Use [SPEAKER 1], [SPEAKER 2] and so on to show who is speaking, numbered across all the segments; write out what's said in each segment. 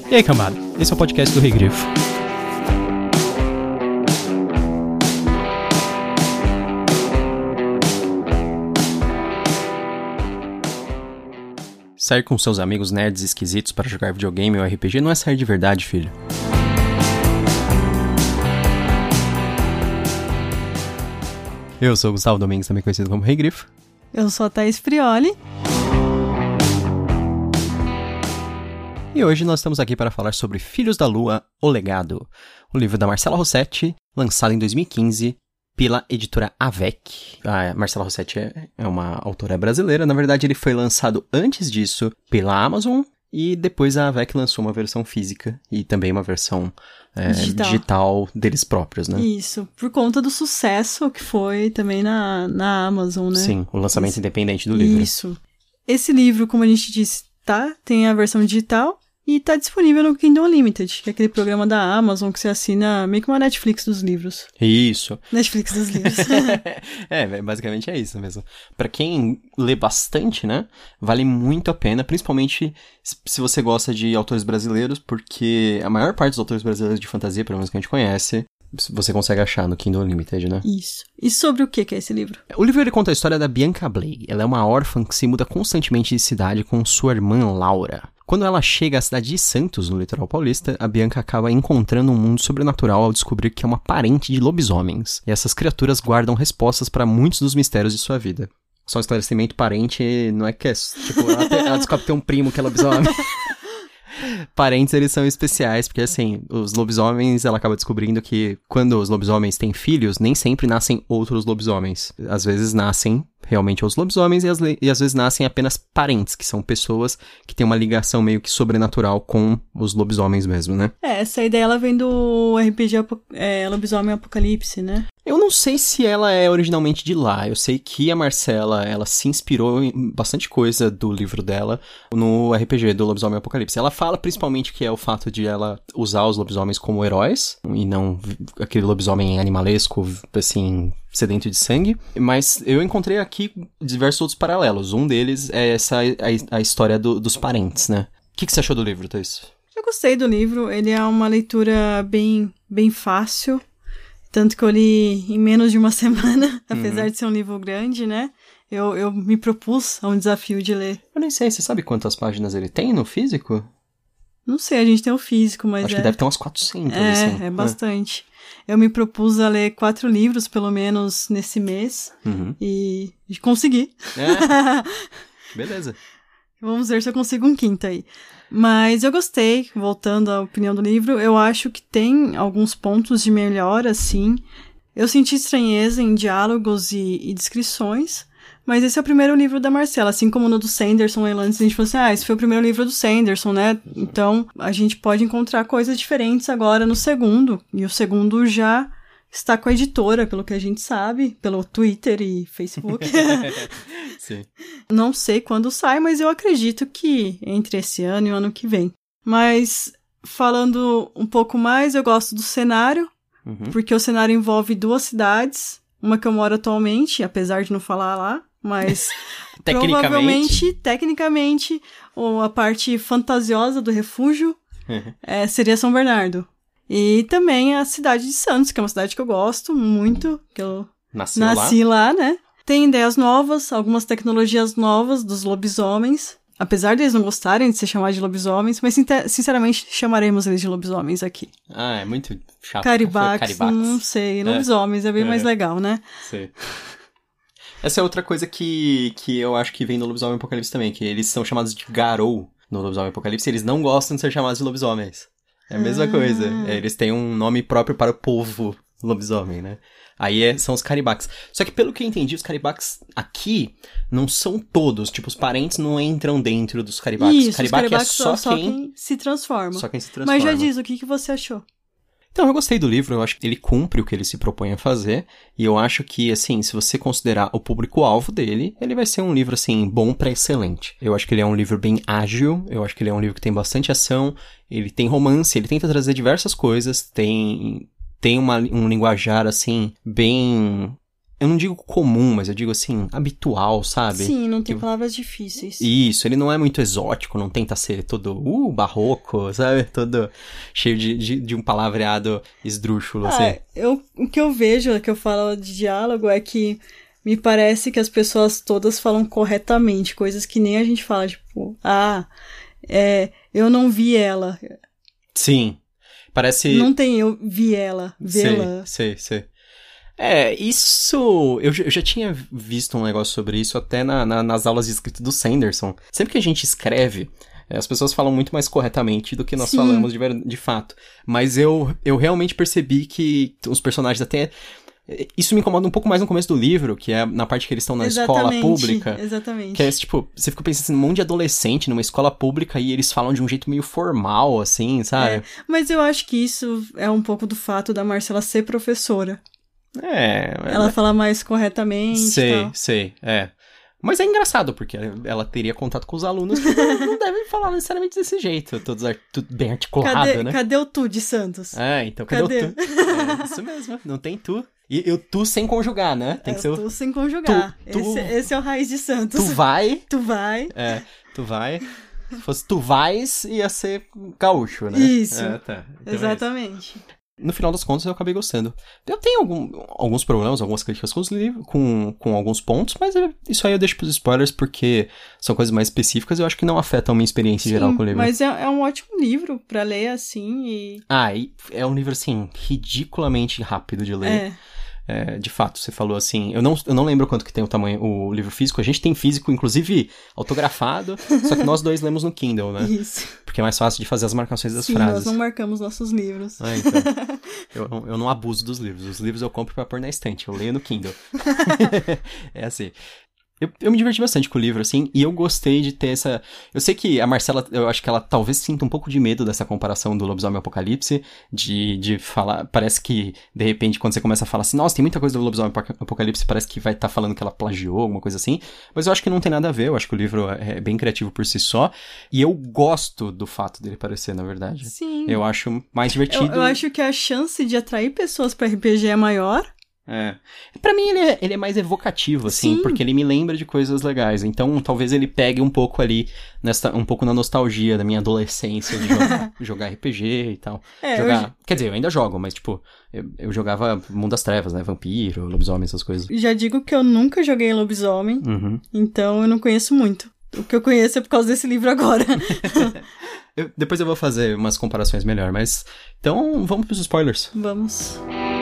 [SPEAKER 1] E aí, cambada? Esse é o podcast do Rei Grifo. Sair com seus amigos nerds esquisitos para jogar videogame ou RPG não é sair de verdade, filho. Eu sou o Gustavo Domingues, também conhecido como Rei Grifo.
[SPEAKER 2] Eu sou a Thaís Prioli.
[SPEAKER 1] E hoje nós estamos aqui para falar sobre Filhos da Lua, O Legado, o livro da Marcela Rossetti, lançado em 2015 pela editora Avec. A Marcela Rossetti é uma autora brasileira, na verdade ele foi lançado antes disso pela Amazon e depois a Avec lançou uma versão física e também uma versão digital deles próprios, né?
[SPEAKER 2] Isso, por conta do sucesso que foi também na Amazon, né?
[SPEAKER 1] Sim, o lançamento independente do livro.
[SPEAKER 2] Isso. Esse livro, como a gente disse, tem a versão digital e tá disponível no Kindle Unlimited, que é aquele programa da Amazon que você assina meio que uma Netflix dos livros.
[SPEAKER 1] Isso.
[SPEAKER 2] Netflix dos livros.
[SPEAKER 1] Basicamente é isso mesmo. Pra quem lê bastante, né, vale muito a pena, principalmente se você gosta de autores brasileiros, porque a maior parte dos autores brasileiros de fantasia, pelo menos que a gente conhece, você consegue achar no Kindle Unlimited, né?
[SPEAKER 2] Isso. E sobre o que é esse livro?
[SPEAKER 1] O livro ele conta a história da Bianca Blake. Ela é uma órfã que se muda constantemente de cidade com sua irmã Laura. Quando ela chega à cidade de Santos, no litoral paulista, a Bianca acaba encontrando um mundo sobrenatural ao descobrir que é uma parente de lobisomens. E essas criaturas guardam respostas para muitos dos mistérios de sua vida. Só um esclarecimento, parente não é que é... Tipo, ela descobre que tem um primo que é lobisomem. Parentes, eles são especiais, porque assim, os lobisomens, ela acaba descobrindo que quando os lobisomens têm filhos, nem sempre nascem outros lobisomens. Às vezes nascem realmente os lobisomens e às vezes nascem apenas parentes, que são pessoas que têm uma ligação meio que sobrenatural com os lobisomens mesmo, né?
[SPEAKER 2] Essa ideia ela vem do RPG Lobisomem Apocalipse, né?
[SPEAKER 1] Eu não sei se ela é originalmente de lá. Eu sei que a Marcela, ela se inspirou em bastante coisa do livro dela no RPG do Lobisomem Apocalipse. Ela fala principalmente que é o fato de ela usar os lobisomens como heróis e não aquele lobisomem animalesco, assim, sedento de sangue. Mas eu encontrei aqui diversos outros paralelos. Um deles é a história dos parentes, né? O que você achou do livro, Thaís?
[SPEAKER 2] Eu gostei do livro. Ele é uma leitura bem fácil. Tanto que eu li em menos de uma semana, apesar de ser um livro grande, né? Eu me propus a um desafio de ler.
[SPEAKER 1] Eu nem sei, você sabe quantas páginas ele tem no físico?
[SPEAKER 2] Não sei, a gente tem o físico, mas
[SPEAKER 1] acho que deve ter umas 400, assim.
[SPEAKER 2] É bastante. Eu me propus a ler 4 livros, pelo menos, nesse mês. E consegui.
[SPEAKER 1] Beleza.
[SPEAKER 2] Vamos ver se eu consigo um quinto aí. Mas eu gostei, voltando à opinião do livro, eu acho que tem alguns pontos de melhora, sim. Eu senti estranheza em diálogos e descrições, mas esse é o primeiro livro da Marcela, assim como no do Sanderson, antes a gente falou assim, esse foi o primeiro livro do Sanderson, né? Então, a gente pode encontrar coisas diferentes agora no segundo, e o segundo já está com a editora, pelo que a gente sabe, pelo Twitter e Facebook.
[SPEAKER 1] Sim.
[SPEAKER 2] Não sei quando sai, mas eu acredito que entre esse ano e o ano que vem. Mas, falando um pouco mais, eu gosto do cenário, porque o cenário envolve 2 cidades, uma que eu moro atualmente, apesar de não falar lá, mas provavelmente, tecnicamente, a parte fantasiosa do refúgio seria São Bernardo. E também a cidade de Santos, que é uma cidade que eu gosto muito, que eu nasci lá, né? Tem ideias novas, algumas tecnologias novas dos lobisomens, apesar de eles não gostarem de ser chamados de lobisomens, mas sinceramente chamaremos eles de lobisomens aqui.
[SPEAKER 1] É muito chato.
[SPEAKER 2] Caribax, não sei, lobisomens é bem mais legal, né?
[SPEAKER 1] Sim. Essa é outra coisa que eu acho que vem no Lobisomem Apocalipse também, que eles são chamados de Garou no Lobisomem Apocalipse, e eles não gostam de ser chamados de lobisomens. É a mesma coisa. Eles têm um nome próprio para o povo lobisomem, né? Aí são os caribaques. Só que pelo que eu entendi, os caribaques aqui não são todos. Tipo, os parentes não entram dentro dos caribaques.
[SPEAKER 2] Isso,
[SPEAKER 1] Caribaque
[SPEAKER 2] os caribaques
[SPEAKER 1] é só quem
[SPEAKER 2] se transforma.
[SPEAKER 1] Só quem se transforma.
[SPEAKER 2] Mas já diz, o que você achou?
[SPEAKER 1] Então, eu gostei do livro, eu acho que ele cumpre o que ele se propõe a fazer, e eu acho que, assim, se você considerar o público-alvo dele, ele vai ser um livro, assim, bom pra excelente. Eu acho que ele é um livro bem ágil, eu acho que ele é um livro que tem bastante ação, ele tem romance, ele tenta trazer diversas coisas, tem um linguajar, assim, bem eu não digo comum, mas eu digo assim, habitual, sabe?
[SPEAKER 2] Sim, não tem palavras difíceis.
[SPEAKER 1] Isso, ele não é muito exótico, não tenta ser todo, barroco, sabe? Todo cheio de um palavreado esdrúxulo, assim.
[SPEAKER 2] O que eu vejo, o que eu falo de diálogo é que me parece que as pessoas todas falam corretamente, coisas que nem a gente fala, tipo, eu não vi ela.
[SPEAKER 1] Sim, parece...
[SPEAKER 2] Não tem eu vi ela, vê-la.
[SPEAKER 1] Sei. Isso... Eu já tinha visto um negócio sobre isso até nas aulas de escrita do Sanderson. Sempre que a gente escreve, as pessoas falam muito mais corretamente do que nós falamos de fato. Mas eu realmente percebi que os personagens até... Isso me incomoda um pouco mais no começo do livro, que é na parte que eles estão na escola pública.
[SPEAKER 2] Exatamente.
[SPEAKER 1] Que é tipo, você fica pensando assim, um monte de adolescente numa escola pública e eles falam de um jeito meio formal, assim, sabe?
[SPEAKER 2] Mas eu acho que isso é um pouco do fato da Marcela ser professora. Ela fala mais corretamente.
[SPEAKER 1] Sei. Mas é engraçado, porque ela teria contato com os alunos que não devem falar necessariamente desse jeito. Tudo bem articulado, né?
[SPEAKER 2] Cadê o tu de Santos?
[SPEAKER 1] Então cadê o tu? Isso mesmo, não tem tu. E o tu sem conjugar, né? Tem que ser o
[SPEAKER 2] tu sem conjugar. Esse é o raiz de Santos.
[SPEAKER 1] Tu vai.
[SPEAKER 2] Tu vai.
[SPEAKER 1] Tu vai. Se fosse tu vais, ia ser gaúcho, né?
[SPEAKER 2] Isso.
[SPEAKER 1] Tá. Então
[SPEAKER 2] exatamente.
[SPEAKER 1] No final das contas, eu acabei gostando. Eu tenho alguns problemas, algumas críticas com os livros, com alguns pontos, mas isso aí eu deixo pros spoilers, porque são coisas mais específicas e eu acho que não afetam a minha experiência geral com o livro.
[SPEAKER 2] Mas é um ótimo livro pra ler, assim, e
[SPEAKER 1] é um livro, assim, ridiculamente rápido de ler. De fato, você falou assim, eu não lembro quanto que tem o livro físico, a gente tem físico, inclusive, autografado, só que nós dois lemos no Kindle, né?
[SPEAKER 2] Isso.
[SPEAKER 1] Porque é mais fácil de fazer as marcações das
[SPEAKER 2] Sim,
[SPEAKER 1] frases.
[SPEAKER 2] nós não marcamos nossos livros.
[SPEAKER 1] Então, eu não abuso dos livros, os livros eu compro pra pôr na estante, eu leio no Kindle. É assim... Eu me diverti bastante com o livro, assim, e eu gostei de ter essa... Eu sei que a Marcela, eu acho que ela talvez sinta um pouco de medo dessa comparação do Lobisomem Apocalipse, de falar... Parece que, de repente, quando você começa a falar assim, nossa, tem muita coisa do Lobisomem Apocalipse, parece que vai estar falando que ela plagiou, alguma coisa assim, mas eu acho que não tem nada a ver, eu acho que o livro é bem criativo por si só, e eu gosto do fato dele parecer, na verdade.
[SPEAKER 2] Sim.
[SPEAKER 1] Eu acho mais divertido.
[SPEAKER 2] Eu acho que a chance de atrair pessoas pra RPG é maior.
[SPEAKER 1] Pra mim ele é mais evocativo, assim,
[SPEAKER 2] Sim.
[SPEAKER 1] porque ele me lembra de coisas legais, então talvez ele pegue um pouco ali, um pouco na nostalgia da minha adolescência de jogar RPG e tal. Quer dizer, eu ainda jogo, mas tipo, eu jogava Mundo das Trevas, né, Vampiro, Lobisomem, essas coisas.
[SPEAKER 2] Já digo que eu nunca joguei Lobisomem, então eu não conheço muito. O que eu conheço é por causa desse livro agora.
[SPEAKER 1] Depois eu vou fazer umas comparações melhor, mas então vamos pros spoilers.
[SPEAKER 2] Vamos.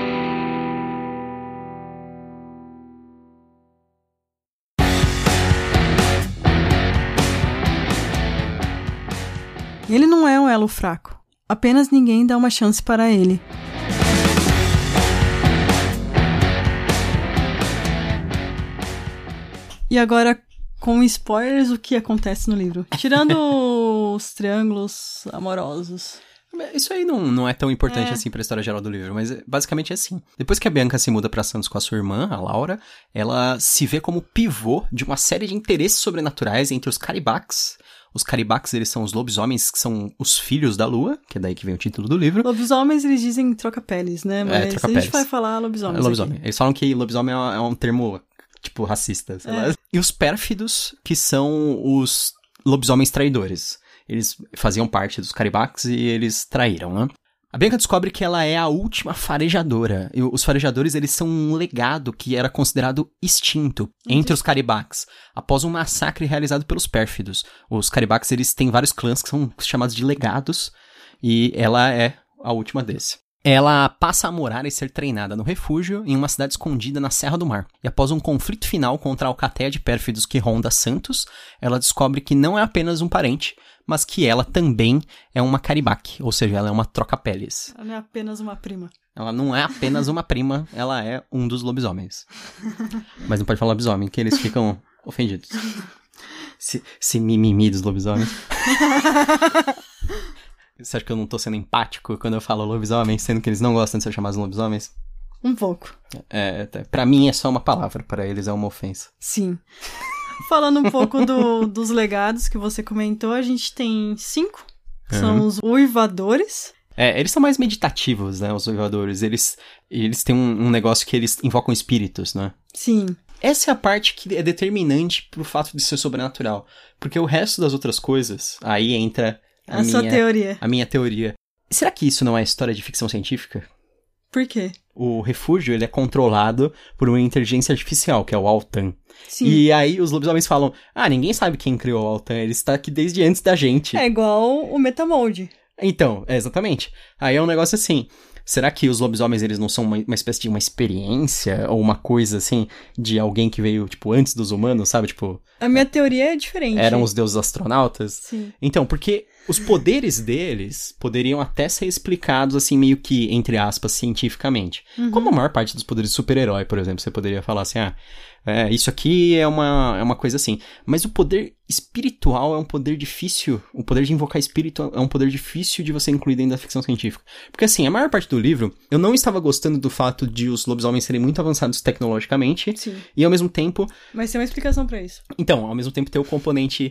[SPEAKER 2] Ele não é um elo fraco. Apenas ninguém dá uma chance para ele. E agora, com spoilers, o que acontece no livro? Tirando os triângulos amorosos.
[SPEAKER 1] Isso aí não é tão importante assim pra história geral do livro, mas basicamente é assim. Depois que a Bianca se muda pra Santos com a sua irmã, a Laura, ela se vê como pivô de uma série de interesses sobrenaturais entre os Caribacs. Os Caribacs, eles são os lobisomens, que são os filhos da lua, que é daí que vem o título do livro.
[SPEAKER 2] Lobisomens, eles dizem troca-peles, né? Mas
[SPEAKER 1] troca-peles.
[SPEAKER 2] A gente vai falar lobisomens.
[SPEAKER 1] Lobisomem. Eles falam que lobisomem é um termo, tipo, racista, sei lá. E os pérfidos, que são os lobisomens traidores. Eles faziam parte dos Caribacs e eles traíram, né? A Bianca descobre que ela é a última farejadora. E os farejadores, eles são um legado que era considerado extinto entre os Caribacs, após um massacre realizado pelos pérfidos. Os Caribacs, eles têm vários clãs que são chamados de legados, e ela é a última desse. Ela passa a morar e ser treinada no refúgio em uma cidade escondida na Serra do Mar. E após um conflito final contra a alcateia de pérfidos que ronda Santos, ela descobre que não é apenas um parente, mas que ela também é uma Caribac, ou seja, ela é uma troca-peles.
[SPEAKER 2] Ela não é apenas uma prima.
[SPEAKER 1] Ela não é apenas uma prima, ela é um dos lobisomens. Mas não pode falar lobisomem, que eles ficam ofendidos. Esse mimimi dos lobisomens. Você acha que eu não tô sendo empático quando eu falo lobisomem, sendo que eles não gostam de ser chamados lobisomens?
[SPEAKER 2] Um pouco.
[SPEAKER 1] Pra mim é só uma palavra, pra eles é uma ofensa.
[SPEAKER 2] Sim. Falando um pouco dos legados que você comentou, a gente tem 5. São os uivadores.
[SPEAKER 1] Eles são mais meditativos, né, os jogadores. Eles têm um negócio que eles invocam espíritos, né?
[SPEAKER 2] Sim.
[SPEAKER 1] Essa é a parte que é determinante pro fato de ser sobrenatural. Porque o resto das outras coisas, aí entra
[SPEAKER 2] sua teoria.
[SPEAKER 1] A minha teoria. Será que isso não é história de ficção científica?
[SPEAKER 2] Por quê?
[SPEAKER 1] O refúgio, ele é controlado por uma inteligência artificial, que é o Altan.
[SPEAKER 2] Sim.
[SPEAKER 1] E aí os lobisomens falam, ninguém sabe quem criou o Altan, ele está aqui desde antes da gente.
[SPEAKER 2] É igual o Metamold.
[SPEAKER 1] Então, exatamente. Aí é um negócio assim, será que os lobisomens, eles não são uma espécie de uma experiência, ou uma coisa assim, de alguém que veio, tipo, antes dos humanos, sabe? Tipo...
[SPEAKER 2] A minha teoria é diferente.
[SPEAKER 1] Eram os deuses astronautas?
[SPEAKER 2] Sim.
[SPEAKER 1] Então, porque os poderes deles poderiam até ser explicados, assim, meio que, entre aspas, cientificamente.
[SPEAKER 2] Uhum.
[SPEAKER 1] Como a maior parte dos poderes de super-herói, por exemplo. Você poderia falar assim, isso aqui é uma coisa assim. Mas o poder espiritual é um poder difícil. O poder de invocar espírito é um poder difícil de você incluir dentro da ficção científica. Porque, assim, a maior parte do livro, eu não estava gostando do fato de os lobisomens serem muito avançados tecnologicamente.
[SPEAKER 2] Sim.
[SPEAKER 1] E, ao mesmo tempo...
[SPEAKER 2] Mas tem uma explicação pra isso.
[SPEAKER 1] Então, ao mesmo tempo ter o componente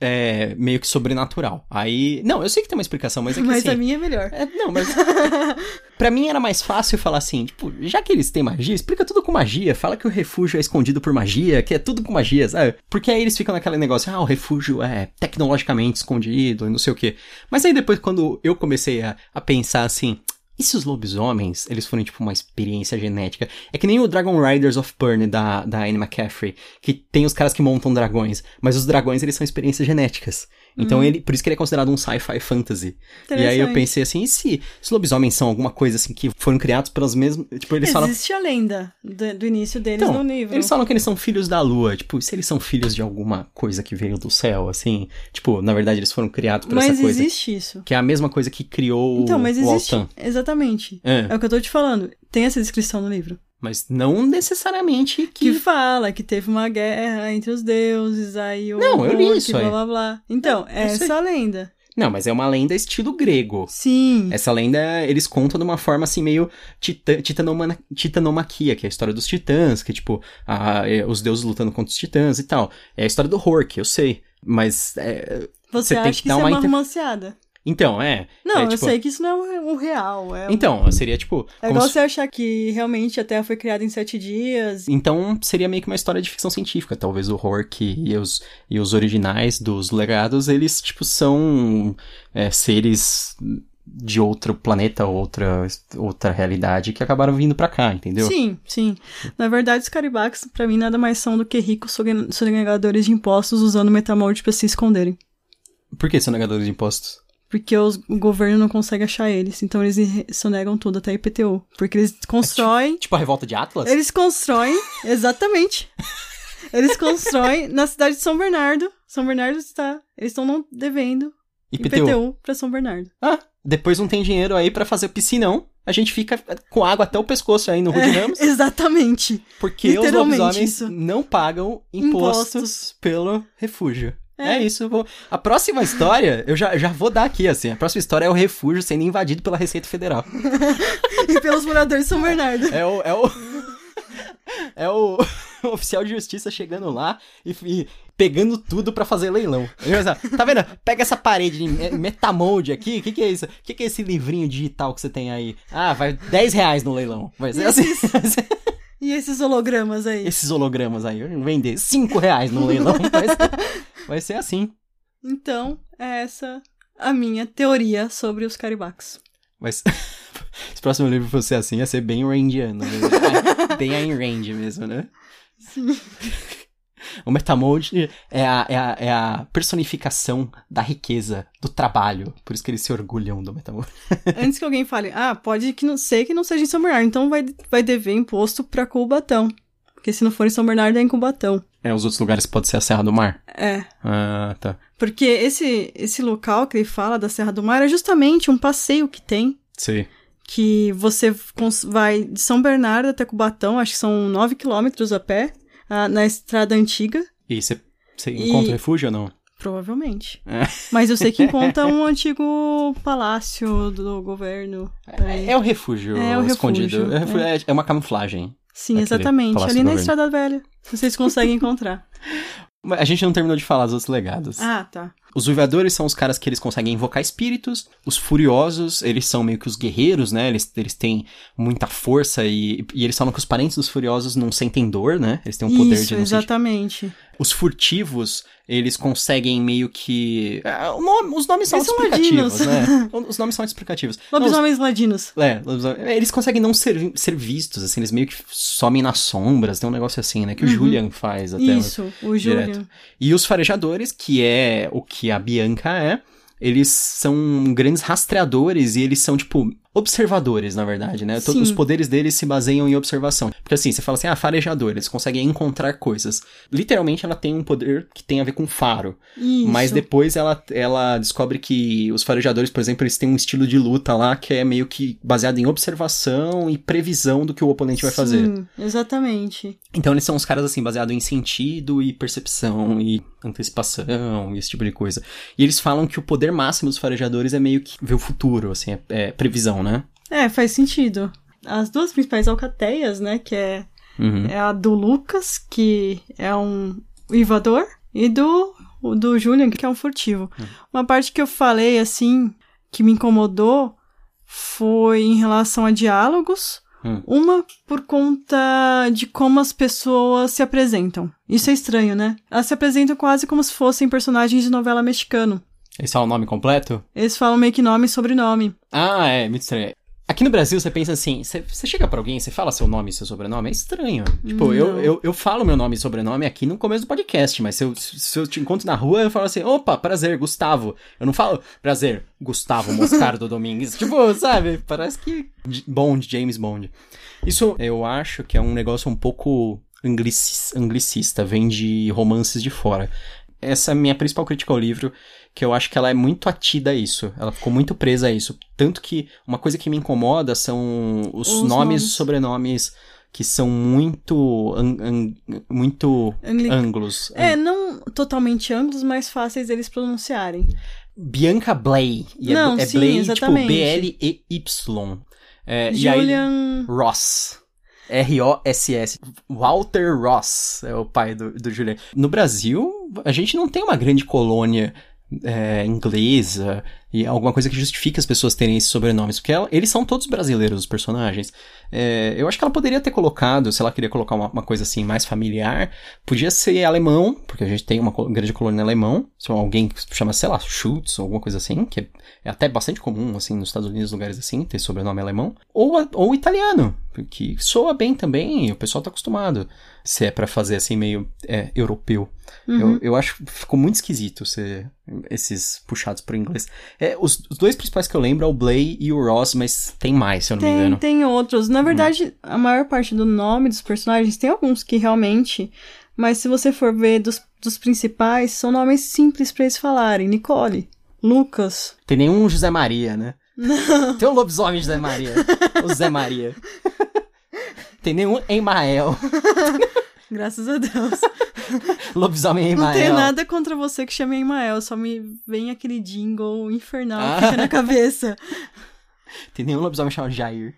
[SPEAKER 1] meio que sobrenatural. Aí... Não, eu sei que tem uma explicação, mas é que
[SPEAKER 2] Mas
[SPEAKER 1] assim...
[SPEAKER 2] a minha é melhor.
[SPEAKER 1] Não, mas... Pra mim era mais fácil falar assim, tipo, já que eles têm magia, explica tudo com magia. Fala que o refúgio é escondido por magia, que é tudo com magia, sabe? Porque aí eles ficam naquele negócio, o refúgio é tecnologicamente escondido e não sei o quê. Mas aí depois, quando eu comecei a pensar assim... E se os lobisomens, eles forem, tipo, uma experiência genética? É que nem o Dragon Riders of Pern, da Anne McCaffrey, que tem os caras que montam dragões, mas os dragões, eles são experiências genéticas. Então, por isso que ele é considerado um sci-fi fantasy. E aí eu pensei assim, e se os lobisomens são alguma coisa, assim, que foram criados pelas mesmas... Tipo, eles
[SPEAKER 2] Existe a lenda do início deles no livro.
[SPEAKER 1] Eles falam que eles são filhos da lua. Tipo, se eles são filhos de alguma coisa que veio do céu, assim... Tipo, na verdade, eles foram criados por essa coisa.
[SPEAKER 2] Mas existe isso.
[SPEAKER 1] Que é a mesma coisa que criou o Altan.
[SPEAKER 2] Exatamente. É o que eu tô te falando. Tem essa descrição no livro.
[SPEAKER 1] Mas não necessariamente
[SPEAKER 2] que fala que teve uma guerra entre os deuses, aí o...
[SPEAKER 1] Não, eu li isso aí.
[SPEAKER 2] Blá, blá, blá. Então, essa a lenda.
[SPEAKER 1] Não, mas é uma lenda estilo grego.
[SPEAKER 2] Sim.
[SPEAKER 1] Essa lenda, eles contam de uma forma, assim, meio titanomaquia, que é a história dos titãs, que, tipo, os deuses lutando contra os titãs e tal. É a história do Hork, eu sei. Mas...
[SPEAKER 2] Você acha
[SPEAKER 1] tem que
[SPEAKER 2] que
[SPEAKER 1] dar
[SPEAKER 2] isso é uma romanceada?
[SPEAKER 1] Então,
[SPEAKER 2] Não,
[SPEAKER 1] tipo...
[SPEAKER 2] eu sei que isso não é o real.
[SPEAKER 1] Então, seria tipo...
[SPEAKER 2] É igual você achar que realmente a Terra foi criada em 7 dias.
[SPEAKER 1] Então, seria meio que uma história de ficção científica. Talvez o Hork e os originais dos legados, eles, tipo, são seres de outro planeta, outra realidade, que acabaram vindo pra cá, entendeu?
[SPEAKER 2] Sim, sim. Na verdade, os Caribax, pra mim, nada mais são do que ricos sonegadores de impostos usando Metamold pra se esconderem.
[SPEAKER 1] Por que sonegadores de impostos?
[SPEAKER 2] Porque o governo não consegue achar eles. Então eles sonegam tudo, até IPTU. Porque eles constroem...
[SPEAKER 1] Tipo a revolta de Atlas?
[SPEAKER 2] Eles constroem... Exatamente. Eles constroem na cidade de São Bernardo. São Bernardo está... Eles estão devendo IPTU pra São Bernardo.
[SPEAKER 1] Depois não tem dinheiro aí pra fazer piscinão. A gente fica com água até o pescoço aí no Rio de Ramos.
[SPEAKER 2] Exatamente.
[SPEAKER 1] Porque os lobisomens não pagam impostos pelo refúgio. É isso. A próxima história, eu já vou dar aqui, assim. A próxima história é o refúgio sendo invadido pela Receita Federal.
[SPEAKER 2] E pelos moradores de São Bernardo.
[SPEAKER 1] É o oficial de justiça chegando lá e pegando tudo pra fazer leilão. Tá vendo? Pega essa parede de Metamold aqui. O que é isso? O que é esse livrinho digital que você tem aí? Vai R$10 no leilão. Vai ser assim.
[SPEAKER 2] E esses hologramas aí?
[SPEAKER 1] Esses hologramas aí. Eu vou vender R$5 no leilão. Vai ser assim.
[SPEAKER 2] Então, é essa a minha teoria sobre os Caribax.
[SPEAKER 1] Mas se o próximo livro fosse assim, ia ser bem randiano. Bem Ayn Rand mesmo, né?
[SPEAKER 2] Sim.
[SPEAKER 1] O Metamold é a personificação da riqueza, do trabalho. Por isso que eles se orgulham do Metamold.
[SPEAKER 2] Antes que alguém fale, pode que não seja em São Bernardo, então vai dever imposto pra Cubatão. Porque se não for em São Bernardo, é em Cubatão.
[SPEAKER 1] Os outros lugares pode ser a Serra do Mar? Tá.
[SPEAKER 2] Porque esse local que ele fala da Serra do Mar é justamente um passeio que tem.
[SPEAKER 1] Sim.
[SPEAKER 2] Que você vai de São Bernardo até Cubatão, acho que são 9 quilômetros a pé, na estrada antiga. E
[SPEAKER 1] você encontra refúgio ou não?
[SPEAKER 2] Provavelmente. Mas eu sei que encontra um antigo palácio do governo.
[SPEAKER 1] É o refúgio escondido. É uma camuflagem.
[SPEAKER 2] Sim, exatamente. Ali na Estrada Velha. Vocês conseguem encontrar.
[SPEAKER 1] A gente não terminou de falar dos outros legados.
[SPEAKER 2] Tá.
[SPEAKER 1] Os uivadores são os caras que eles conseguem invocar espíritos. Os furiosos, eles são meio que os guerreiros, né? Eles têm muita força e eles falam que os parentes dos furiosos não sentem dor, né? Eles têm um poder de não
[SPEAKER 2] exatamente.
[SPEAKER 1] Os furtivos, eles conseguem meio que... os nomes são explicativos, né? Os nomes são explicativos.
[SPEAKER 2] Lobisomens ladinos.
[SPEAKER 1] Eles conseguem não ser vistos, assim, eles meio que somem nas sombras, tem um negócio assim, né? Que o Julian faz até.
[SPEAKER 2] Isso, o Julian.
[SPEAKER 1] Direto. E os farejadores, que é o que a Bianca é, eles são grandes rastreadores e eles são, tipo, observadores, na verdade, né? Todos os poderes deles se baseiam em observação. Porque assim, você fala assim, farejador, eles conseguem encontrar coisas. Literalmente, ela tem um poder que tem a ver com faro.
[SPEAKER 2] Isso.
[SPEAKER 1] Mas depois ela descobre que os farejadores, por exemplo, eles têm um estilo de luta lá que é meio que baseado em observação e previsão do que o oponente vai fazer.
[SPEAKER 2] Sim, exatamente.
[SPEAKER 1] Então eles são os caras, assim, baseados em sentido e percepção e antecipação e esse tipo de coisa. E eles falam que o poder máximo dos farejadores é meio que ver o futuro, assim, é previsão, né?
[SPEAKER 2] Faz sentido. As duas principais alcateias, né, que é a do Lucas, que é um uivador, e do Julian, que é um furtivo. Uma parte que eu falei, assim, que me incomodou foi em relação a diálogos. Uma por conta de como as pessoas se apresentam. Isso é estranho, né? Elas se apresentam quase como se fossem personagens de novela mexicana.
[SPEAKER 1] Eles falam o nome completo?
[SPEAKER 2] Eles falam meio que nome e sobrenome.
[SPEAKER 1] Muito estranho. Aqui no Brasil, você pensa assim, você chega pra alguém, você fala seu nome e seu sobrenome, é estranho. Tipo, eu falo meu nome e sobrenome aqui no começo do podcast, mas se eu te encontro na rua, eu falo assim, opa, prazer, Gustavo. Eu não falo, prazer, Gustavo Moscardo Domingues. Tipo, sabe, parece que James Bond. Isso eu acho que é um negócio um pouco anglicista, vem de romances de fora. Essa é a minha principal crítica ao livro, que eu acho que ela é muito atida a isso. Ela ficou muito presa a isso. Tanto que uma coisa que me incomoda são os nomes e sobrenomes que são muito ânglos.
[SPEAKER 2] Não totalmente ânglos, mas fáceis deles pronunciarem.
[SPEAKER 1] Bianca Bley.
[SPEAKER 2] Sim,
[SPEAKER 1] Bley,
[SPEAKER 2] exatamente.
[SPEAKER 1] Tipo, B-L-E-Y.
[SPEAKER 2] Julian...
[SPEAKER 1] E aí, Ross. R-O-S-S. Walter Ross é o pai do Julian. No Brasil, a gente não tem uma grande colônia inglesa e alguma coisa que justifique as pessoas terem esses sobrenomes, porque eles são todos brasileiros, os personagens. Eu acho que ela poderia ter colocado, se ela queria colocar uma coisa assim mais familiar, podia ser alemão, porque a gente tem uma grande colônia alemão, se alguém que chama, sei lá, Schultz, ou alguma coisa assim, que é até bastante comum, assim, nos Estados Unidos, lugares assim, ter sobrenome alemão, ou italiano, que soa bem também, e o pessoal tá acostumado, se é pra fazer assim meio europeu. Eu acho que ficou muito esquisito esses puxados pro inglês. Os dois principais que eu lembro é o Blay e o Ross, mas tem mais, se eu não me engano.
[SPEAKER 2] Tem outros. Na verdade, a maior parte do nome dos personagens, tem alguns que realmente, mas se você for ver dos principais, são nomes simples pra eles falarem. Nicole, Lucas.
[SPEAKER 1] Tem nenhum José Maria, né? Não. Tem um lobisomem José Maria. O Zé Maria. Tem nenhum Emael.
[SPEAKER 2] Graças a Deus.
[SPEAKER 1] Lobisomem Emael.
[SPEAKER 2] Não tenho nada contra você que chame Emael, só me vem aquele jingle infernal que fica na cabeça.
[SPEAKER 1] Tem nenhum lobisomem chamado Jair.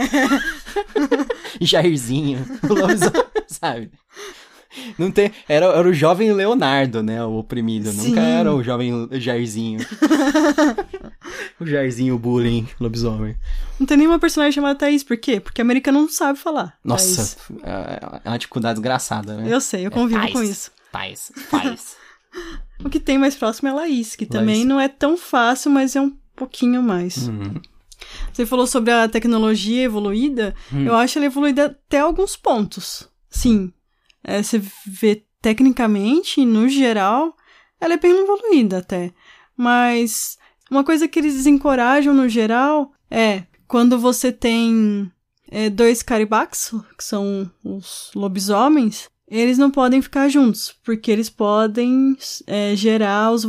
[SPEAKER 1] Jairzinho. O lobisomem, sabe? Não tem... Era o jovem Leonardo, né? O oprimido. Sim. Nunca era o jovem Jairzinho. O Jairzinho bullying, lobisomem.
[SPEAKER 2] Não tem nenhuma personagem chamada Thaís. Por quê? Porque a americana não sabe falar.
[SPEAKER 1] Nossa, é uma dificuldade desgraçada, né?
[SPEAKER 2] Eu sei, eu convivo com isso.
[SPEAKER 1] Thaís.
[SPEAKER 2] O que tem mais próximo é Laís, que também não é tão fácil, mas é um pouquinho mais. Você falou sobre a tecnologia evoluída. Eu acho ela evoluída até alguns pontos. Sim. Você vê tecnicamente, no geral, ela é bem evoluída até. Mas uma coisa que eles desencorajam no geral é quando você tem 2 caribax, que são os lobisomens, eles não podem ficar juntos, porque eles podem gerar os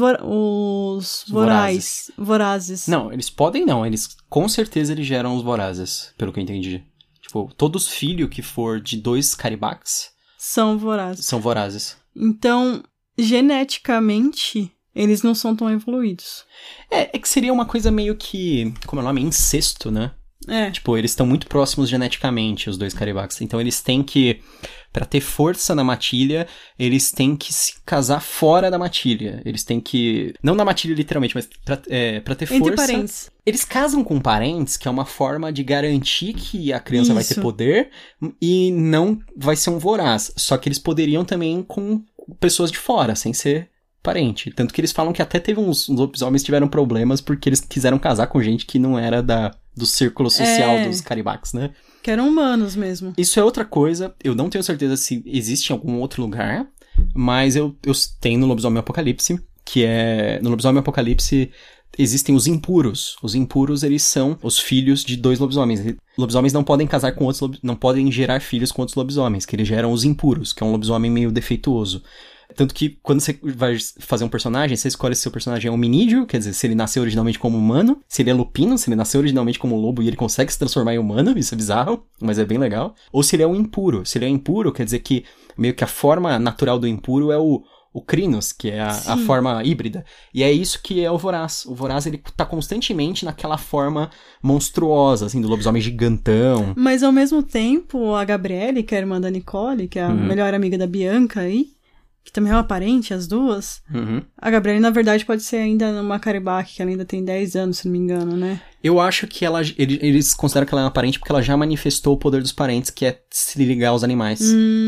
[SPEAKER 2] vorazes.
[SPEAKER 1] Não, eles podem não, com certeza eles geram os vorazes, pelo que eu entendi. Tipo, todos filhos que for de 2 caribax
[SPEAKER 2] são vorazes. Então, geneticamente, eles não são tão evoluídos.
[SPEAKER 1] É que seria uma coisa meio que... Como é o nome? Incesto, né? Tipo, eles estão muito próximos geneticamente, os dois Caribax. Então eles têm que, pra ter força na matilha, eles têm que se casar fora da matilha. Eles têm que, não na matilha literalmente, mas pra ter força...
[SPEAKER 2] Entre parentes.
[SPEAKER 1] Eles casam com parentes, que é uma forma de garantir que a criança vai ter poder e não vai ser um voraz. Só que eles poderiam também com pessoas de fora, sem ser parente. Tanto que eles falam que até teve uns lobisomens que tiveram problemas porque eles quiseram casar com gente que não era do círculo social dos Caribax, né?
[SPEAKER 2] Que eram humanos mesmo.
[SPEAKER 1] Isso é outra coisa. Eu não tenho certeza se existe em algum outro lugar, mas eu tenho no Lobisomem Apocalipse, que é... No Lobisomem Apocalipse existem os impuros. Os impuros, eles são os filhos de 2 lobisomens. Lobisomens não podem casar com outros não podem gerar filhos com outros lobisomens, que eles geram os impuros, que é um lobisomem meio defeituoso. Tanto que quando você vai fazer um personagem, você escolhe se seu personagem é hominídeo, quer dizer, se ele nasceu originalmente como humano, se ele é lupino, se ele nasceu originalmente como lobo e ele consegue se transformar em humano, isso é bizarro, mas é bem legal. Ou se ele é um impuro. Se ele é impuro, quer dizer que meio que a forma natural do impuro é o Crinos, que é a forma híbrida. E é isso que é o Voraz. O Voraz, ele tá constantemente naquela forma monstruosa, assim, do lobisomem gigantão.
[SPEAKER 2] Mas ao mesmo tempo, a Gabriele, que é a irmã da Nicole, que é a melhor amiga da Bianca aí, que também é uma parente, as duas. A Gabriele, na verdade, pode ser ainda uma Caribac, que ela ainda tem 10 anos, se não me engano, né?
[SPEAKER 1] Eu acho que eles consideram que ela é uma parente porque ela já manifestou o poder dos parentes, que é se ligar aos animais.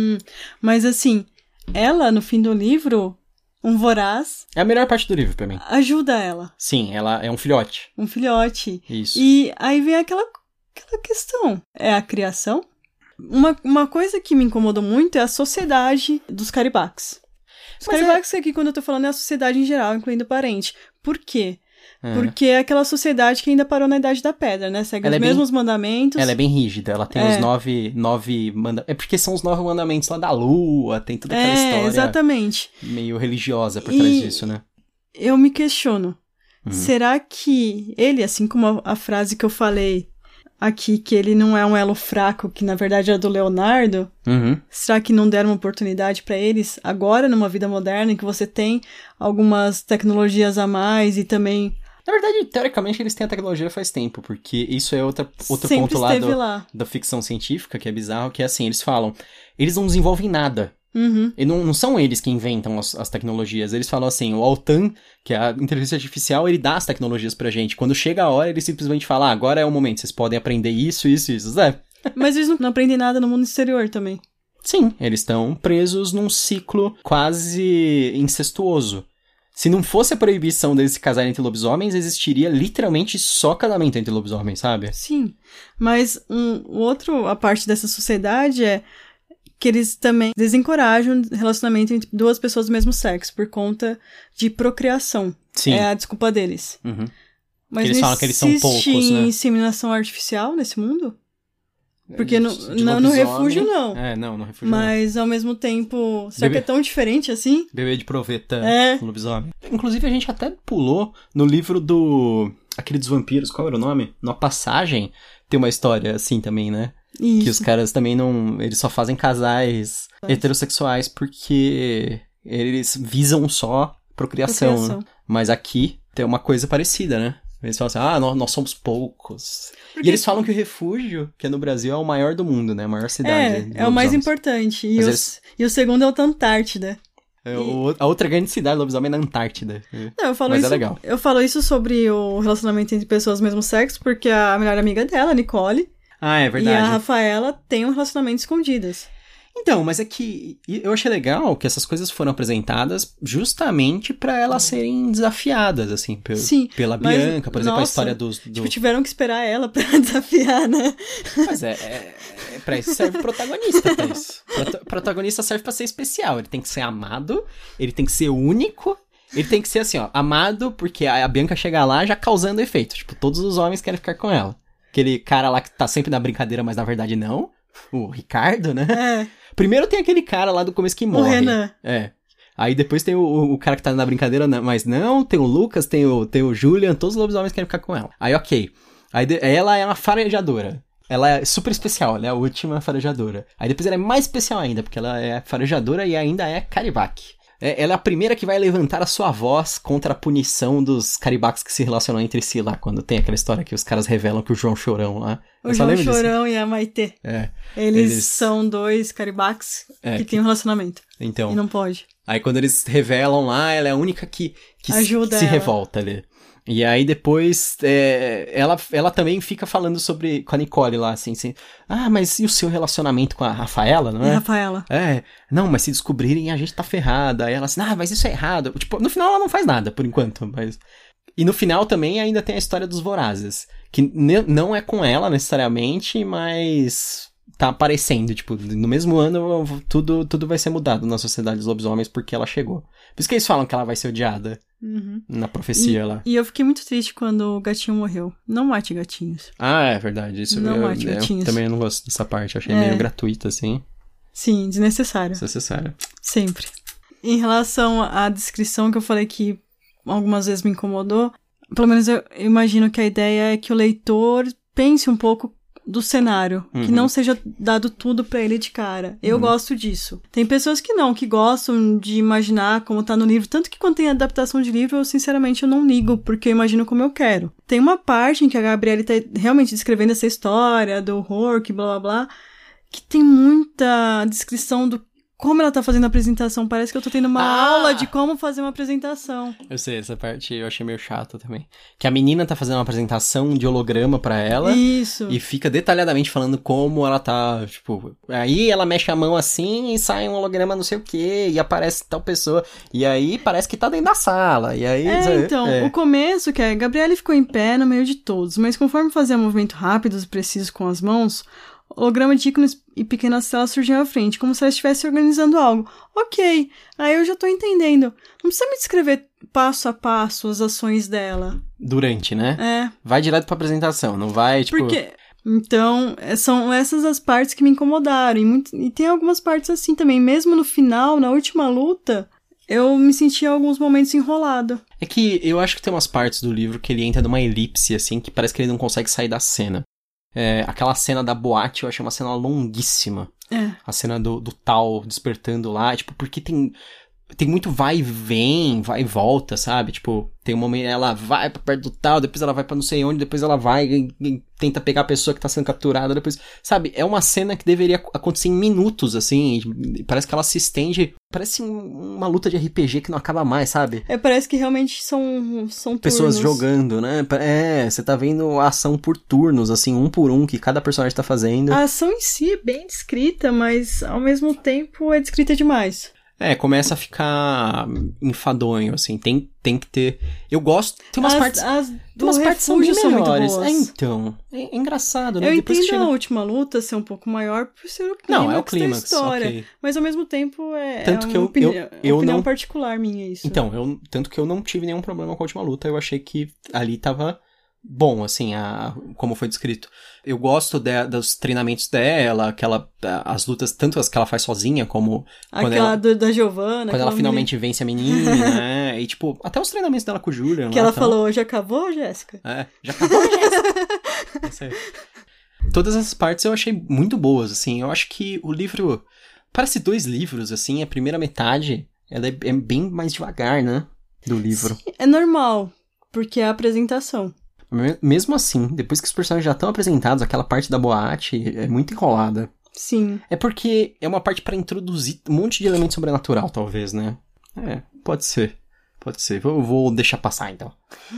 [SPEAKER 2] Mas assim, ela, no fim do livro, um voraz...
[SPEAKER 1] É a melhor parte do livro, pra mim.
[SPEAKER 2] Ajuda ela.
[SPEAKER 1] Sim, ela é um filhote.
[SPEAKER 2] Um filhote.
[SPEAKER 1] Isso.
[SPEAKER 2] E aí vem aquela questão. É a criação? Uma coisa que me incomodou muito é a sociedade dos Caribacs. Os Caribacs aqui, quando eu tô falando, é a sociedade em geral, incluindo o parente. Por quê? Porque é aquela sociedade que ainda parou na Idade da Pedra, né? Segue os mesmos mandamentos.
[SPEAKER 1] Ela é bem rígida, ela tem os 9 mandamentos. É porque são os 9 mandamentos lá da Lua, tem toda aquela história
[SPEAKER 2] exatamente.
[SPEAKER 1] Meio religiosa por trás disso, né?
[SPEAKER 2] Eu me questiono, será que ele, assim como a frase que eu falei aqui, que ele não é um elo fraco, que na verdade é do Leonardo, será que não deram uma oportunidade pra eles agora, numa vida moderna, em que você tem algumas tecnologias a mais e também...
[SPEAKER 1] Na verdade, teoricamente, eles têm a tecnologia faz tempo, porque isso é outro ponto lá da ficção científica, que é bizarro, que é assim, eles falam, eles não desenvolvem nada. E não são eles que inventam as tecnologias, eles falam assim, o Altan, que é a inteligência artificial, ele dá as tecnologias pra gente. Quando chega a hora, ele simplesmente fala, agora é o momento, vocês podem aprender isso.
[SPEAKER 2] Mas eles não aprendem nada no mundo exterior também.
[SPEAKER 1] Sim, eles estão presos num ciclo quase incestuoso. Se não fosse a proibição deles se casarem entre lobisomens, existiria literalmente só casamento entre lobisomens, sabe?
[SPEAKER 2] Sim, mas a parte dessa sociedade é que eles também desencorajam relacionamento entre 2 pessoas do mesmo sexo por conta de procriação.
[SPEAKER 1] Sim.
[SPEAKER 2] É a desculpa deles. Mas
[SPEAKER 1] eles falam que eles são poucos, né?
[SPEAKER 2] existe inseminação artificial nesse mundo? Porque no refúgio não.
[SPEAKER 1] Não, no refúgio não.
[SPEAKER 2] Mas ao mesmo tempo, será que é tão diferente assim?
[SPEAKER 1] Bebê de proveta no lobisomem. Inclusive a gente até pulou no livro aquele dos vampiros, qual era o nome? Na Passagem tem uma história assim também, né?
[SPEAKER 2] Isso.
[SPEAKER 1] Que os caras também não... Eles só fazem casais heterossexuais porque eles visam só procriação. Né? Mas aqui tem uma coisa parecida, né? Eles falam assim, nós somos poucos. Porque... E eles falam que o refúgio, que é no Brasil, é o maior do mundo, né? A maior cidade.
[SPEAKER 2] É o mais importante. E o segundo é o Antártida.
[SPEAKER 1] A outra grande cidade do lobisomem é na Antártida.
[SPEAKER 2] Não,
[SPEAKER 1] Mas é legal.
[SPEAKER 2] Eu falo isso sobre o relacionamento entre pessoas do mesmo sexo, porque a melhor amiga dela, a Nicole...
[SPEAKER 1] é verdade.
[SPEAKER 2] E a Rafaela tem um relacionamento escondidas.
[SPEAKER 1] Então, mas é que eu achei legal que essas coisas foram apresentadas justamente pra elas serem desafiadas, assim, pela Bianca, por exemplo, a história dos...
[SPEAKER 2] Tipo, tiveram que esperar ela pra desafiar, né?
[SPEAKER 1] Mas pra isso serve o protagonista, pra isso. O protagonista serve pra ser especial, ele tem que ser amado, ele tem que ser único, ele tem que ser assim, ó, amado porque a Bianca chega lá já causando efeito, tipo, todos os homens querem ficar com ela. Aquele cara lá que tá sempre na brincadeira, mas na verdade não. O Ricardo, né? Primeiro tem aquele cara lá do começo que morre.
[SPEAKER 2] O Renan.
[SPEAKER 1] Aí depois tem o cara que tá na brincadeira, mas não. Tem o Lucas, tem o Julian, todos os lobisomens querem ficar com ela. Aí ok. Aí ela é uma farejadora. Ela é super especial, ela é a última farejadora. Aí depois ela é mais especial ainda, porque ela é farejadora e ainda é Caribac. Ela é a primeira que vai levantar a sua voz contra a punição dos caribacs que se relacionam entre si lá, quando tem aquela história que os caras revelam que o João Chorão lá...
[SPEAKER 2] O João Chorão e a Maitê. Eles são 2 caribacs que têm um relacionamento.
[SPEAKER 1] Então,
[SPEAKER 2] e não pode.
[SPEAKER 1] Aí quando eles revelam lá, ela é a única que se revolta ali. E aí depois, ela também fica falando com a Nicole lá, assim, mas e o seu relacionamento com a Rafaela, não é?
[SPEAKER 2] Rafaela.
[SPEAKER 1] Não, mas se descobrirem, a gente tá ferrada. Aí ela assim, mas isso é errado. Tipo, no final ela não faz nada, por enquanto, mas... E no final também ainda tem a história dos Vorazes, que não é com ela necessariamente, mas... tá aparecendo, tipo, no mesmo ano tudo vai ser mudado na Sociedade dos Lobisomens porque ela chegou. Por isso que eles falam que ela vai ser odiada na profecia lá.
[SPEAKER 2] E eu fiquei muito triste quando o gatinho morreu. Não mate gatinhos.
[SPEAKER 1] É verdade. Isso
[SPEAKER 2] não mate gatinhos.
[SPEAKER 1] Eu também não gosto dessa parte, eu achei meio gratuito, assim.
[SPEAKER 2] Sim, desnecessário.
[SPEAKER 1] Desnecessário.
[SPEAKER 2] Sempre. Em relação à descrição que eu falei que algumas vezes me incomodou, pelo menos eu imagino que a ideia é que o leitor pense um pouco do cenário, que não seja dado tudo pra ele de cara. Eu gosto disso. Tem pessoas que não, que gostam de imaginar como tá no livro, tanto que quando tem adaptação de livro, eu sinceramente eu não ligo, porque eu imagino como eu quero. Tem uma parte em que a Gabriele tá realmente descrevendo essa história do horror, que blá blá blá, que tem muita descrição do como ela tá fazendo a apresentação. Parece que eu tô tendo uma aula de como fazer uma apresentação.
[SPEAKER 1] Eu sei, essa parte eu achei meio chata também. Que a menina tá fazendo uma apresentação de holograma pra ela.
[SPEAKER 2] Isso.
[SPEAKER 1] E fica detalhadamente falando como ela tá, tipo... Aí ela mexe a mão assim e sai um holograma não sei o quê. E aparece tal pessoa. E aí parece que tá dentro da sala. E aí...
[SPEAKER 2] O começo, que a Gabriele ficou em pé no meio de todos. Mas conforme fazia movimento rápido e preciso com as mãos... holograma de ícones e pequenas telas surgiam à frente, como se ela estivesse organizando algo. Ok, aí eu já tô entendendo. Não precisa me descrever passo a passo as ações dela.
[SPEAKER 1] Durante, né? Vai direto pra apresentação, não vai, tipo...
[SPEAKER 2] Porque... Então, são essas as partes que me incomodaram. E tem algumas partes assim também. Mesmo no final, na última luta, eu me senti em alguns momentos enrolado.
[SPEAKER 1] É que eu acho que tem umas partes do livro que ele entra numa elipse, assim, que parece que ele não consegue sair da cena. Aquela cena da boate eu achei uma cena longuíssima. A cena do Tal despertando lá, tipo, porque tem muito vai e vem, vai e volta, sabe? Tipo, tem um momento, ela vai pra perto do Tal, depois ela vai pra não sei onde, depois ela vai e tenta pegar a pessoa que tá sendo capturada, depois... Sabe? É uma cena que deveria acontecer em minutos, assim, e parece que ela se estende... Parece uma luta de RPG que não acaba mais, sabe?
[SPEAKER 2] Parece que realmente são
[SPEAKER 1] pessoas
[SPEAKER 2] turnos.
[SPEAKER 1] jogando, né? Você tá vendo a ação por turnos, assim, um por um, que cada personagem tá fazendo.
[SPEAKER 2] A ação em si é bem descrita, mas ao mesmo tempo é descrita demais.
[SPEAKER 1] Começa a ficar enfadonho, assim, tem que ter... Eu gosto... Tem umas partes... Umas partes são bem melhores. Então, é engraçado, né?
[SPEAKER 2] Eu
[SPEAKER 1] Depois
[SPEAKER 2] entendo a última luta ser um pouco maior por ser o clímax.
[SPEAKER 1] Não, é o clímax,
[SPEAKER 2] da história.
[SPEAKER 1] okay.
[SPEAKER 2] Mas ao mesmo tempo
[SPEAKER 1] tanto que
[SPEAKER 2] uma opinião
[SPEAKER 1] não...
[SPEAKER 2] particular minha isso.
[SPEAKER 1] Então, tanto que eu não tive nenhum problema com a última luta, eu achei que ali tava... bom, assim, como foi descrito. Eu gosto dos treinamentos dela, as lutas, tanto as que ela faz sozinha, como...
[SPEAKER 2] Aquela da Giovanna.
[SPEAKER 1] Quando ela finalmente vence a menina, né? E, tipo, até os treinamentos dela com o Julian.
[SPEAKER 2] Que ela falou, já acabou, Jéssica?
[SPEAKER 1] Já acabou, Jéssica? Não sei. Todas essas partes eu achei muito boas, assim. Eu acho que o livro... Parece 2 livros, assim. A primeira metade, ela é bem mais devagar, né? Do livro.
[SPEAKER 2] Sim, é normal, porque é a apresentação.
[SPEAKER 1] Mesmo assim, depois que os personagens já estão apresentados, aquela parte da boate é muito enrolada.
[SPEAKER 2] Sim.
[SPEAKER 1] É porque é uma parte pra introduzir um monte de elemento sobrenatural, talvez, né? Pode ser. Pode ser. Vou deixar passar, então.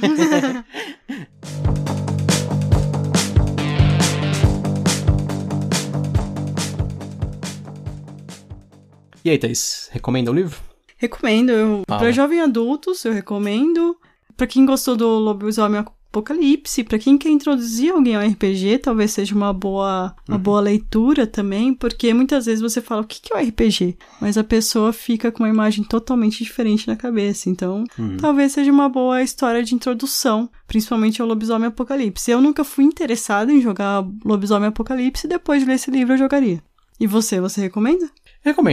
[SPEAKER 1] E aí, Thaís, recomenda o livro?
[SPEAKER 2] Recomendo. Pra jovens adultos, eu recomendo. Pra quem gostou do Lobisomem Apocalipse, pra quem quer introduzir alguém ao RPG, talvez seja uma boa leitura também, porque muitas vezes você fala, o que é o RPG? Mas a pessoa fica com uma imagem totalmente diferente na cabeça, então talvez seja uma boa história de introdução, principalmente ao Lobisomem Apocalipse. Eu nunca fui interessada em jogar Lobisomem Apocalipse, e depois de ler esse livro eu jogaria. E você recomenda?
[SPEAKER 1] Recomendo.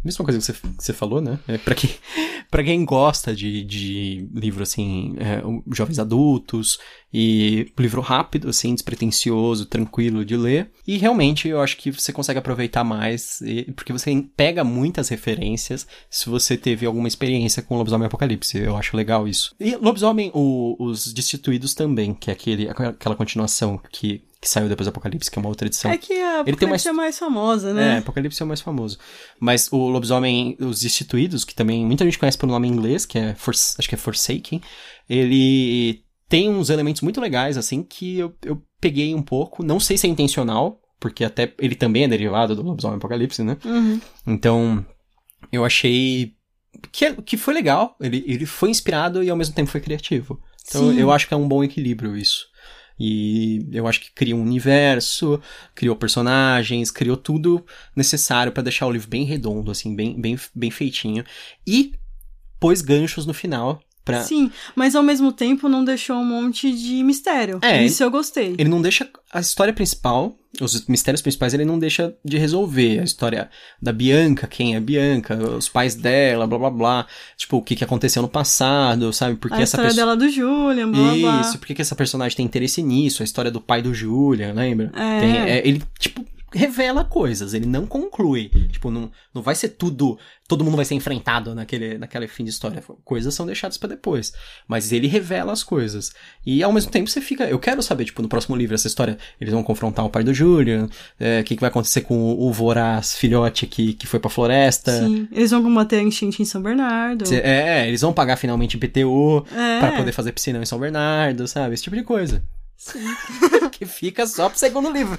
[SPEAKER 1] mesma coisa que você falou, né? Pra quem gosta de livro, assim, jovens adultos, e livro rápido, assim, despretensioso, tranquilo de ler. E realmente eu acho que você consegue aproveitar mais, porque você pega muitas referências se você teve alguma experiência com Lobisomem Apocalipse. Eu acho legal isso. E Lobisomem, os Destituídos também, que é aquela continuação que saiu depois do Apocalipse, que é uma outra edição.
[SPEAKER 2] É que a Apocalipse é mais famosa, né?
[SPEAKER 1] Apocalipse é o mais famoso. Mas o Lobisomem, os Destituídos, que também muita gente conhece pelo nome em inglês, que é acho que é Forsaken, ele tem uns elementos muito legais, assim, que eu peguei um pouco. Não sei se é intencional, porque até ele também é derivado do Lobisomem Apocalipse, né?
[SPEAKER 2] Uhum.
[SPEAKER 1] Então, eu achei que foi legal. Ele foi inspirado e ao mesmo tempo foi criativo. Então, eu acho que é um bom equilíbrio isso. E eu acho que cria um universo, criou personagens, criou tudo necessário pra deixar o livro bem redondo, assim, bem feitinho. E pôs ganchos no final pra...
[SPEAKER 2] Sim, mas ao mesmo tempo não deixou um monte de mistério. Isso eu gostei.
[SPEAKER 1] Ele não deixa a história principal, os mistérios principais, ele não deixa de resolver. A história da Bianca, quem é a Bianca, os pais dela, blá blá blá. Tipo, o que aconteceu no passado, sabe? Porque
[SPEAKER 2] a história dela do Julian, blá blá blá.
[SPEAKER 1] Isso, por que essa personagem tem interesse nisso? A história do pai do Julian, lembra? Ele, tipo, revela coisas, ele não conclui. Tipo, não vai ser tudo... Todo mundo vai ser enfrentado naquele fim de história. Coisas são deixadas pra depois. Mas ele revela as coisas. E ao mesmo tempo você fica... Eu quero saber, tipo, no próximo livro, essa história... Eles vão confrontar o pai do Julian. O que vai acontecer com o voraz filhote que foi pra floresta.
[SPEAKER 2] Sim, eles vão combater a enchente em São Bernardo.
[SPEAKER 1] Eles vão pagar finalmente IPTU pra poder fazer piscinão em São Bernardo, sabe? Esse tipo de coisa.
[SPEAKER 2] Sim.
[SPEAKER 1] Que fica só pro segundo livro.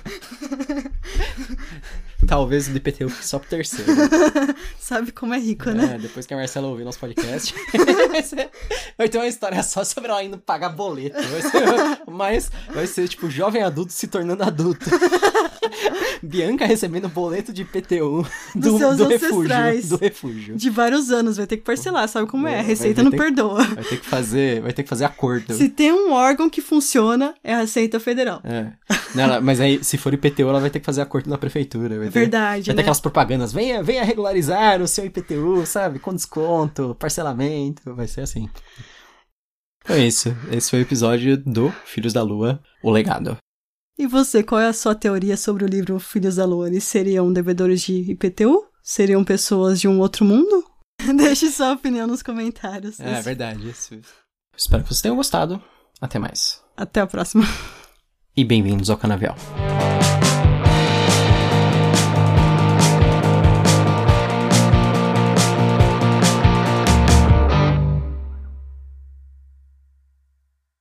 [SPEAKER 1] Talvez o do IPTU fique só pro terceiro.
[SPEAKER 2] Sabe como é rico, né?
[SPEAKER 1] Depois que a Marcela ouvir nosso podcast, vai ter uma história só sobre ela indo pagar boleto. Vai ser tipo jovem adulto se tornando adulto. Bianca recebendo boleto de IPTU do refúgio.
[SPEAKER 2] De vários anos, vai ter que parcelar, sabe como é? A Receita não perdoa.
[SPEAKER 1] Vai ter que fazer acordo.
[SPEAKER 2] Se tem um órgão que funciona, é a Receita Federal.
[SPEAKER 1] Não, mas aí, se for IPTU, ela vai ter que fazer acordo na prefeitura.
[SPEAKER 2] Verdade,
[SPEAKER 1] vai ter aquelas propagandas, venha regularizar o seu IPTU, sabe? Com desconto, parcelamento, vai ser assim. Então é isso. Esse foi o episódio do Filhos da Lua, O Legado.
[SPEAKER 2] E você, qual é a sua teoria sobre o livro Filhos da Lua? Eles seriam devedores de IPTU? Seriam pessoas de um outro mundo? Deixe sua opinião nos comentários.
[SPEAKER 1] É verdade. Espero que vocês tenham gostado. Até mais.
[SPEAKER 2] Até a próxima.
[SPEAKER 1] E bem-vindos ao Canavial.